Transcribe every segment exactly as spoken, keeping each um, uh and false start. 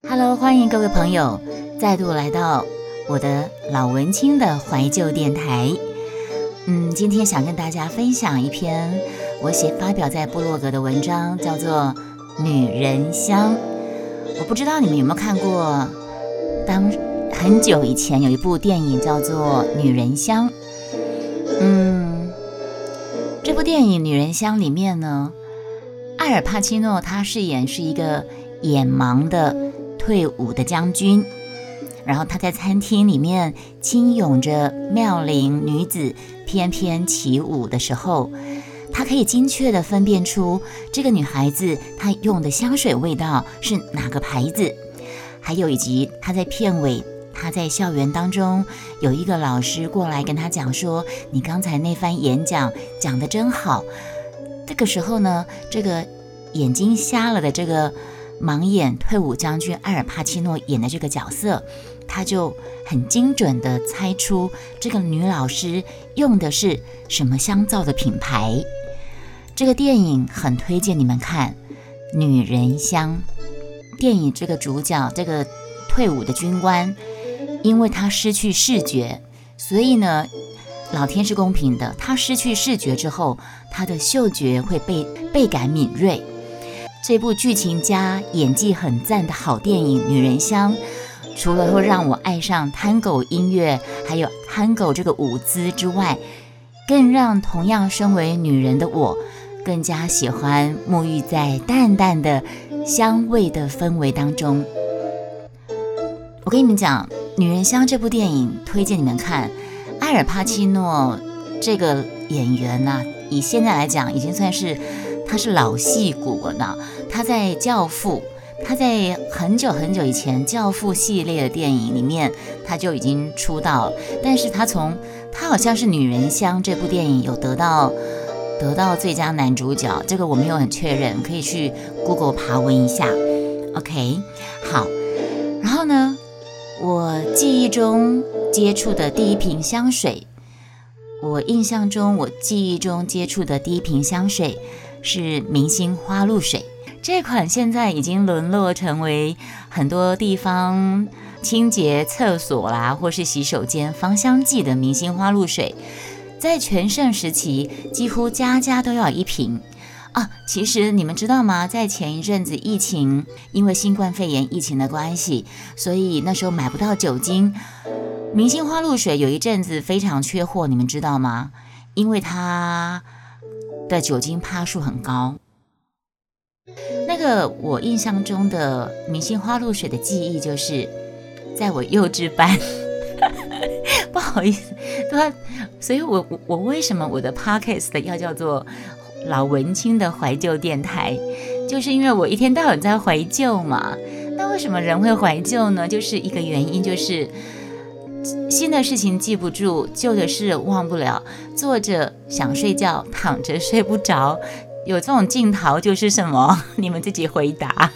Hello， 欢迎各位朋友再度来到我的老文青的怀旧电台。嗯，今天想跟大家分享一篇我写发表在部落格的文章，叫做《女人香》。我不知道你们有没有看过，当很久以前有一部电影叫做《女人香》。嗯，这部电影《女人香》里面呢，艾尔帕奇诺他饰演是一个眼盲的退伍的将军，然后他在餐厅里面轻拥着妙龄女子翩翩起舞的时候，他可以精确地分辨出这个女孩子她用的香水味道是哪个牌子，还有以及他在片尾，他在校园当中有一个老师过来跟他讲说，你刚才那番演讲讲得真好。这个时候呢，这个眼睛瞎了的这个盲眼退伍将军艾尔帕奇诺演的这个角色，他就很精准地猜出这个女老师用的是什么香皂的品牌。这个电影很推荐你们看《女人香》。电影这个主角，这个退伍的军官，因为他失去视觉，所以呢，老天是公平的，他失去视觉之后，他的嗅觉会被倍感敏锐。这部剧情加演技很赞的好电影《女人香》，除了会让我爱上探戈音乐还有探戈这个舞姿之外，更让同样身为女人的我更加喜欢沐浴在淡淡的香味的氛围当中。我跟你们讲，《女人香》这部电影推荐你们看。艾尔帕奇诺这个演员呢、啊，以现在来讲已经算是他是老戏骨了呢。他在《教父》，他在很久很久以前《教父》系列的电影里面他就已经出道了，但是他从他好像是《女人香》这部电影有得到得到最佳男主角，这个我没有很确认，可以去 Google 爬文一下。 OK， 好。然后呢，我记忆中接触的第一瓶香水，我印象中我记忆中接触的第一瓶香水是明星花露水。这款现在已经沦落成为很多地方清洁厕所啦或是洗手间芳香剂的明星花露水，在全盛时期几乎家家都要一瓶啊。其实你们知道吗，在前一阵子疫情，因为新冠肺炎疫情的关系，所以那时候买不到酒精，明星花露水有一阵子非常缺货，你们知道吗？因为它的酒精趴数很高。那个我印象中的明星花露水的记忆就是在我幼稚班不好意思，对，所以我我为什么我的 podcast 要叫做老文青的怀旧电台，就是因为我一天到晚在怀旧嘛。那为什么人会怀旧呢？就是一个原因，就是新的事情记不住，旧的事忘不了，坐着想睡觉，躺着睡不着，有这种镜头就是什么？你们自己回答。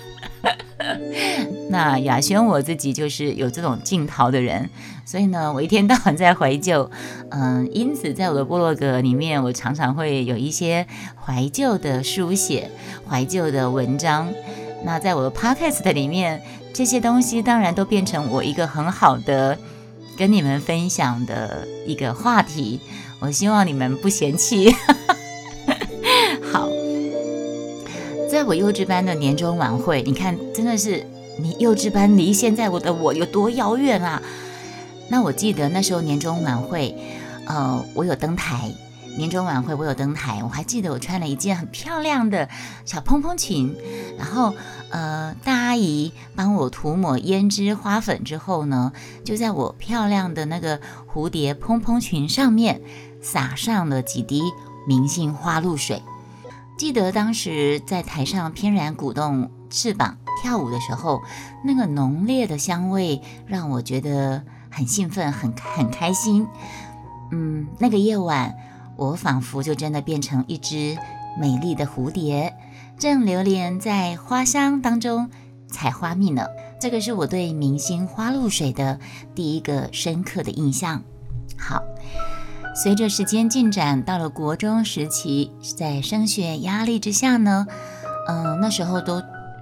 那雅轩我自己就是有这种镜头的人，所以呢，我一天到晚在怀旧，嗯，因此在我的部落格里面，我常常会有一些怀旧的书写、怀旧的文章。那在我的 podcast 里面，这些东西当然都变成我一个很好的跟你们分享的一个话题，我希望你们不嫌弃。好，在我幼稚班的年终晚会，你看真的是你幼稚班离现在我的我有多遥远啊。那我记得那时候年终晚会，呃，我有登台，年终晚会我有登台，我还记得我穿了一件很漂亮的小蓬蓬裙，然后呃，大阿姨帮我涂抹胭脂花粉之后呢，就在我漂亮的那个蝴蝶蓬蓬裙上面撒上了几滴明星花露水。记得当时在台上翩然鼓动翅膀跳舞的时候，那个浓烈的香味让我觉得很兴奋，很很开心。嗯，那个夜晚我仿佛就真的变成一只美丽的蝴蝶，正流连在花香当中采花蜜呢。这个是我对明星花露水的第一个深刻的印象。好，随着时间进展，到了国中时期，在升学压力之下呢，嗯、呃，那时候都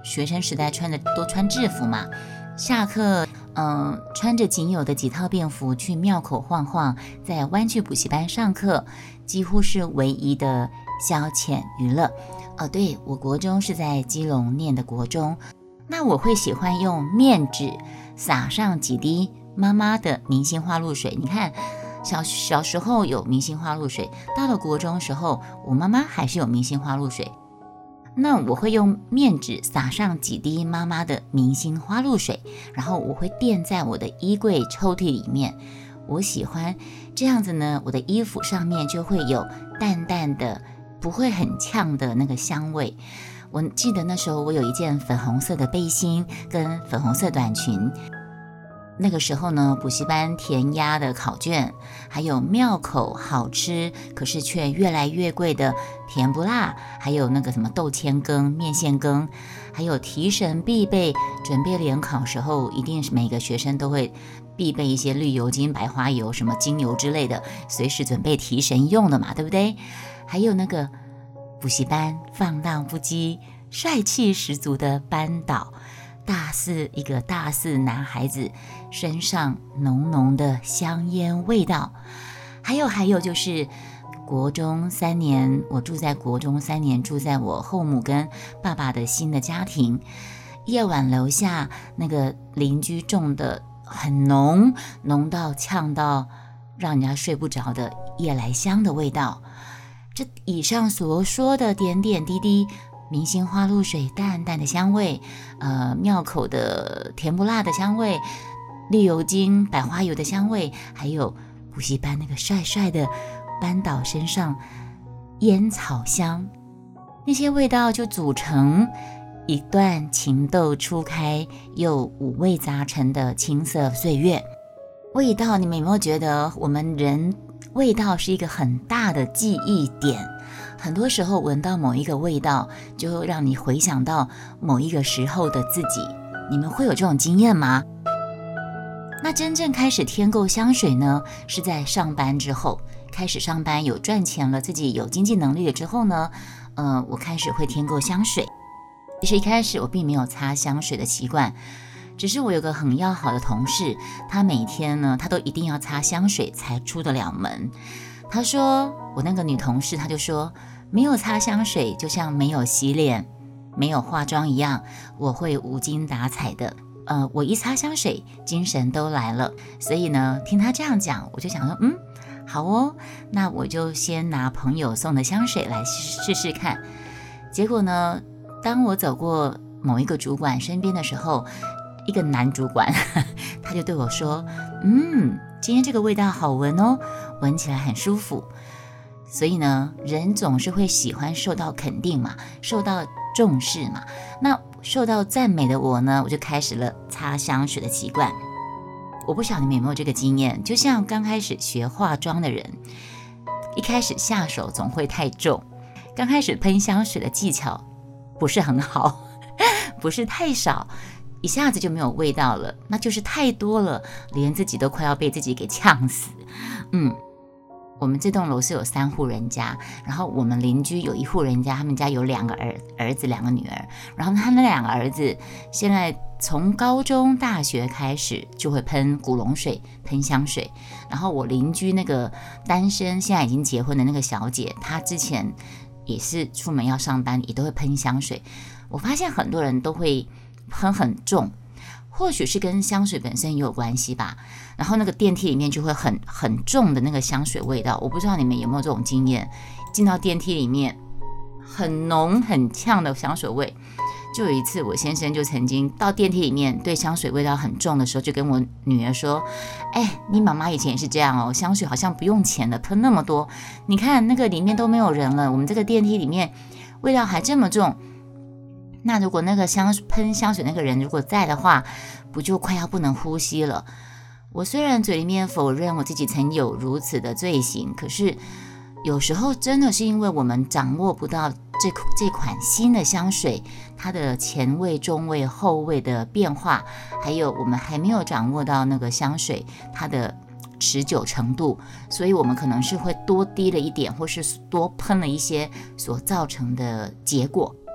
学生时代穿的都穿制服嘛，下课嗯、呃，穿着仅有的几套便服去庙口晃晃，在湾区补习班上课，几乎是唯一的消遣娱乐。哦，对，我国中是在基隆念的国中，那我会喜欢用面纸撒上几滴妈妈的明星花露水。你看小小时候有明星花露水，到了国中时候我妈妈还是有明星花露水，那我会用面纸撒上几滴妈妈的明星花露水，然后我会垫在我的衣柜抽屉里面。我喜欢这样子呢，我的衣服上面就会有淡淡的不会很呛的那个香味。我记得那时候我有一件粉红色的背心跟粉红色短裙，那个时候呢，补习班填鸭的考卷，还有庙口好吃可是却越来越贵的甜不辣，还有那个什么豆千羹、面线羹，还有提神必备，准备联考时候一定是每个学生都会必备一些绿油精、白花油、什么精油之类的，随时准备提神用的嘛，对不对？还有那个补习班放荡不羁、帅气十足的班导，大四一个大四男孩子身上浓浓的香烟味道。还有还有就是国中三年，我住在国中三年，住在我后母跟爸爸的新的家庭，夜晚楼下那个邻居种的很浓，浓到呛到让人家睡不着的夜来香的味道。这以上所说的点点滴滴，明星花露水淡淡的香味，呃，庙口的甜不辣的香味，绿油精、百花油的香味，还有补习班那个帅帅的班导身上烟草香，那些味道就组成一段情窦初开又五味杂陈的青涩岁月。味道，你们有没有觉得我们人味道是一个很大的记忆点？很多时候闻到某一个味道，就会让你回想到某一个时候的自己。你们会有这种经验吗？那真正开始添购香水呢，是在上班之后。开始上班有赚钱了，自己有经济能力了之后呢，呃，我开始会添购香水。其实一开始我并没有擦香水的习惯，只是我有个很要好的同事，他每天呢，他都一定要擦香水才出得了门。他说，我那个女同事，他就说，没有擦香水就像没有洗脸、没有化妆一样，我会无精打采的。呃，我一擦香水，精神都来了。所以呢，听他这样讲，我就想说，嗯，好哦，那我就先拿朋友送的香水来试试看。结果呢，当我走过某一个主管身边的时候，一个男主管他就对我说，嗯，今天这个味道好闻哦，闻起来很舒服。所以呢，人总是会喜欢受到肯定嘛，受到重视嘛。那受到赞美的我呢，我就开始了擦香水的习惯。我不晓得你们有没有这个经验，就像刚开始学化妆的人，一开始下手总会太重，刚开始喷香水的技巧不是很好，不是太少，一下子就没有味道了，那就是太多了，连自己都快要被自己给呛死。嗯，我们这栋楼是有三户人家，然后我们邻居有一户人家，他们家有两个儿儿子两个女儿，然后他们两个儿子现在从高中大学开始就会喷古龙水喷香水，然后我邻居那个单身现在已经结婚的那个小姐，她之前也是出门要上班也都会喷香水。我发现很多人都会喷很重，或许是跟香水本身也有关系吧，然后那个电梯里面就会很很重的那个香水味道。我不知道你们有没有这种经验，进到电梯里面很浓很呛的香水味。就有一次我先生就曾经到电梯里面对香水味道很重的时候，就跟我女儿说，哎，你妈妈以前也是这样哦，香水好像不用钱的，喷那么多，你看那个里面都没有人了，我们这个电梯里面味道还这么重，那如果那个香喷香水那个人如果在的话，不就快要不能呼吸了。我虽然嘴里面否认我自己曾有如此的罪行，可是有时候真的是因为我们掌握不到这这款新的香水它的前味、中味、后味的变化，还有我们还没有掌握到那个香水它的持久程度，所以我们可能是会多滴了一点，或是多喷了一些所造成的结果。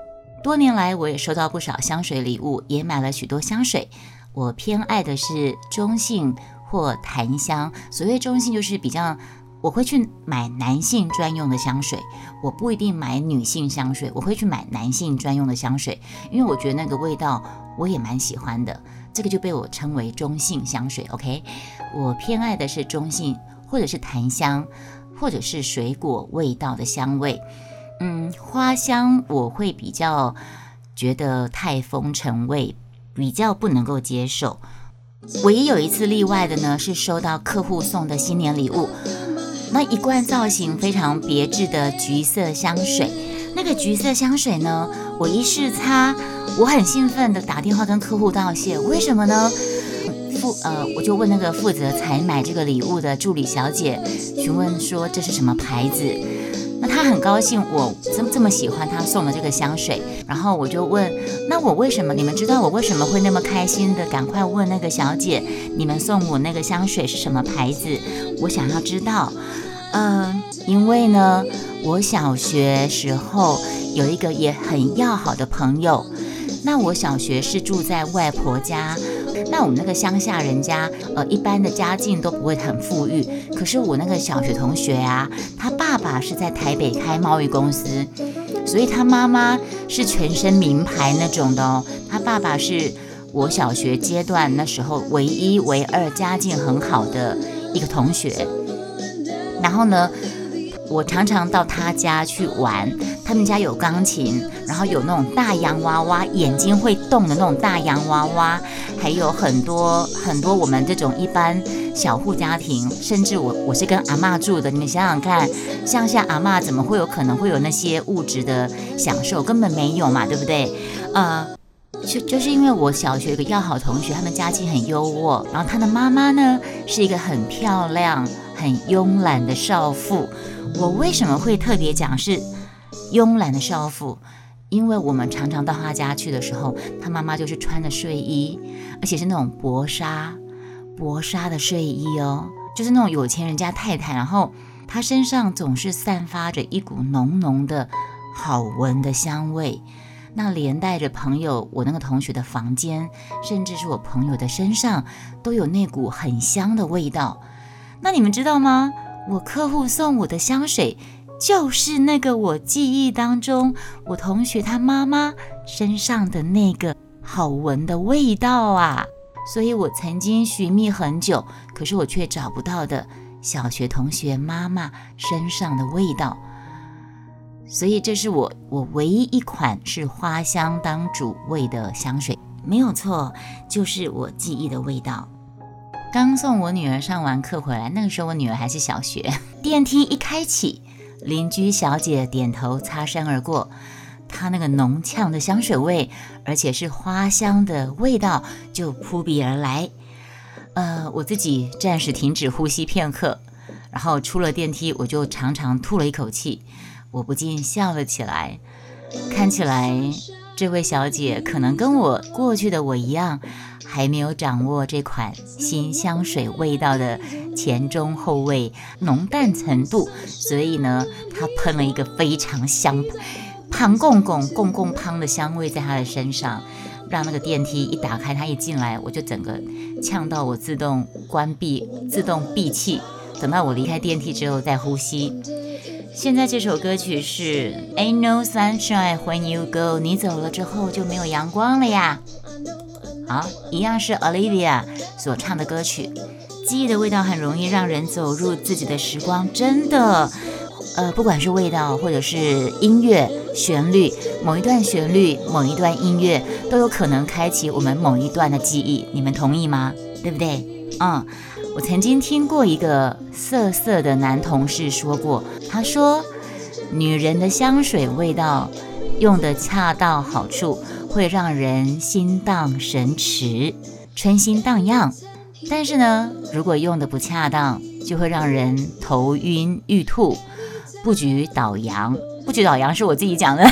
多年来我也收到不少香水礼物，也买了许多香水。我偏爱的是中性或檀香，所谓中性就是比较，我会去买男性专用的香水，我不一定买女性香水，我会去买男性专用的香水，因为我觉得那个味道我也蛮喜欢的，这个就被我称为中性香水。 OK， 我偏爱的是中性或者是檀香或者是水果味道的香味。嗯，花香我会比较觉得太风尘味，比较不能够接受。唯一有一次例外的呢，是收到客户送的新年礼物，那一罐造型非常别致的橘色香水。那个橘色香水呢，我一试擦，我很兴奋的打电话跟客户道谢。为什么呢？负呃，我就问那个负责采买这个礼物的助理小姐，询问说这是什么牌子。那他很高兴我这么这么喜欢他送的这个香水，然后我就问，那我为什么，你们知道我为什么会那么开心的赶快问那个小姐，你们送我那个香水是什么牌子？我想要知道。呃，因为呢，我小学时候有一个也很要好的朋友，那我小学是住在外婆家，那我们那个乡下人家，呃，一般的家境都不会很富裕。可是我那个小学同学啊，他爸爸是在台北开贸易公司，所以他妈妈是全身名牌那种的哦。他爸爸是我小学阶段那时候唯一唯二家境很好的一个同学。然后呢，我常常到他家去玩，他们家有钢琴，然后有那种大洋娃娃，眼睛会动的那种大洋娃娃，还有很多很多我们这种一般小户家庭，甚至我我是跟阿嬷住的，你们想想看，乡下阿嬷怎么会有可能会有那些物质的享受，根本没有嘛，对不对？呃，就就是因为我小学有个要好同学，他们家境很优渥，然后他的妈妈呢是一个很漂亮很慵懒的少妇。我为什么会特别讲是慵懒的少妇？因为我们常常到他家去的时候，他妈妈就是穿着睡衣，而且是那种薄纱薄纱的睡衣哦，就是那种有钱人家太太，然后她身上总是散发着一股浓浓的好闻的香味，那连带着朋友我那个同学的房间，甚至是我朋友的身上都有那股很香的味道。那你们知道吗？我客户送我的香水就是那个我记忆当中我同学他妈妈身上的那个好闻的味道啊！所以我曾经寻觅很久，可是我却找不到的小学同学妈妈身上的味道。所以这是我我唯一一款是花香当主味的香水，没有错，就是我记忆的味道。刚送我女儿上完课回来，那个时候我女儿还是小学，电梯一开启，邻居小姐点头擦身而过，她那个浓呛的香水味，而且是花香的味道就扑鼻而来。呃，我自己暂时停止呼吸片刻，然后出了电梯，我就长长吐了一口气，我不禁笑了起来。看起来这位小姐可能跟我过去的我一样，还没有掌握这款新香水味道的前中后味浓淡程度，所以呢，她喷了一个非常香胖公公公公胖的香味在她的身上，让那个电梯一打开，她一进来，我就整个呛到我自动关闭自动闭气，等到我离开电梯之后再呼吸。现在这首歌曲是 Ain't No Sunshine When You Go， 你走了之后就没有阳光了呀。好，一样是 Olivia 所唱的歌曲。记忆的味道很容易让人走入自己的时光，真的，呃，不管是味道或者是音乐旋律，某一段旋律某一段音乐都有可能开启我们某一段的记忆，你们同意吗？对不对？嗯，我曾经听过一个色色的男同事说过，他说女人的香水味道用得恰到好处，会让人心荡神驰，春心荡漾，但是呢，如果用得不恰当，就会让人头晕欲吐，不举倒阳。不举倒阳是我自己讲的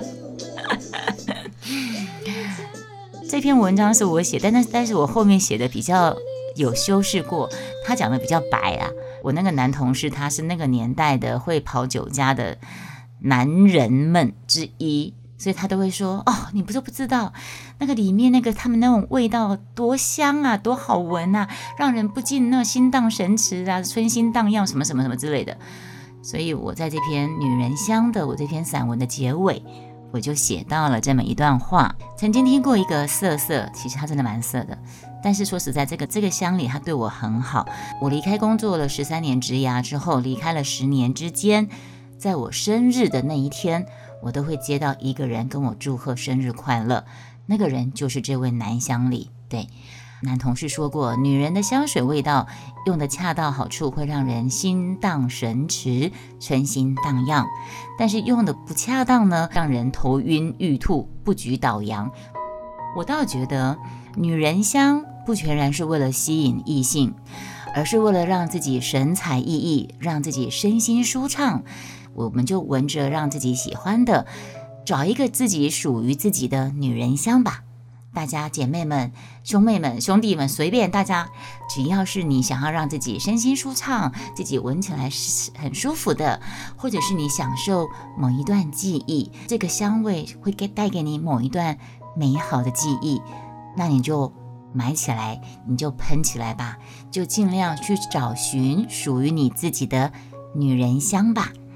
这篇文章是我写，但但是我后面写的比较有修饰过，他讲的比较白啊。我那个男同事他是那个年代的会跑酒家的男人们之一， 所以他都会说，哦，你不是不知道那个里面那个他们那种味道多香啊，多好闻啊，让人不禁那心荡神驰啊，春心荡漾什么什么什么之类的。所以我在这篇女人香的我这篇散文的结尾，我就写到了这么一段话。曾经听过一个色色，其实他真的蛮色的，但是说实在，这个这个乡里他对我很好。我离开工作了十三年职涯之后，离开了十年之间，在我生日的那一天，我都会接到一个人跟我祝贺生日快乐，那个人就是这位男乡里。对，男同事说过，女人的香水味道用的恰到好处，会让人心荡神驰，春心荡漾，但是用的不恰当呢，让人头晕欲吐，不举倒阳。我倒觉得女人香不全然是为了吸引异性，而是为了让自己神采奕奕，让自己身心舒畅。我们就闻着让自己喜欢的，找一个自己属于自己的女人香吧。大家姐妹们、兄妹们、兄弟们，随便大家，只要是你想要让自己身心舒畅，自己闻起来是很舒服的，或者是你享受某一段记忆，这个香味会给带给你某一段美好的记忆，那你就买起来，你就喷起来吧，就尽量去找寻属于你自己的女人香吧。